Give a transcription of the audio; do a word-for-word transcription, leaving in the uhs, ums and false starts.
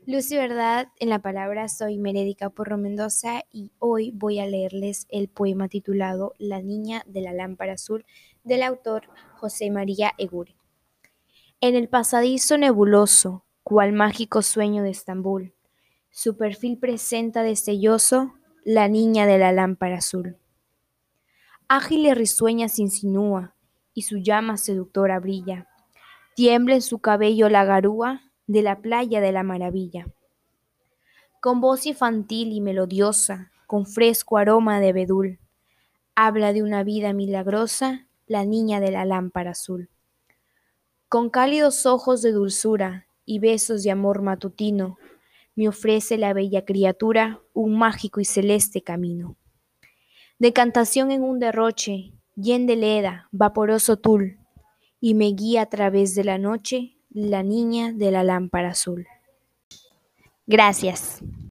Luz y verdad en la palabra, soy Merédica Porro Mendoza y hoy voy a leerles el poema titulado La niña de la lámpara azul del autor José María Egure. En el pasadizo nebuloso, cual mágico sueño de Estambul, su perfil presenta destelloso la niña de la lámpara azul. Ágil y risueña se insinúa y su llama seductora brilla. Tiembla en su cabello la garúa de la playa de la maravilla. Con voz infantil y melodiosa, con fresco aroma de abedul, habla de una vida milagrosa, la niña de la lámpara azul. Con cálidos ojos de dulzura y besos de amor matutino, me ofrece la bella criatura un mágico y celeste camino. De cantación en un derroche, yen de leda, vaporoso tul, y me guía a través de la noche, la niña de la lámpara azul. Gracias.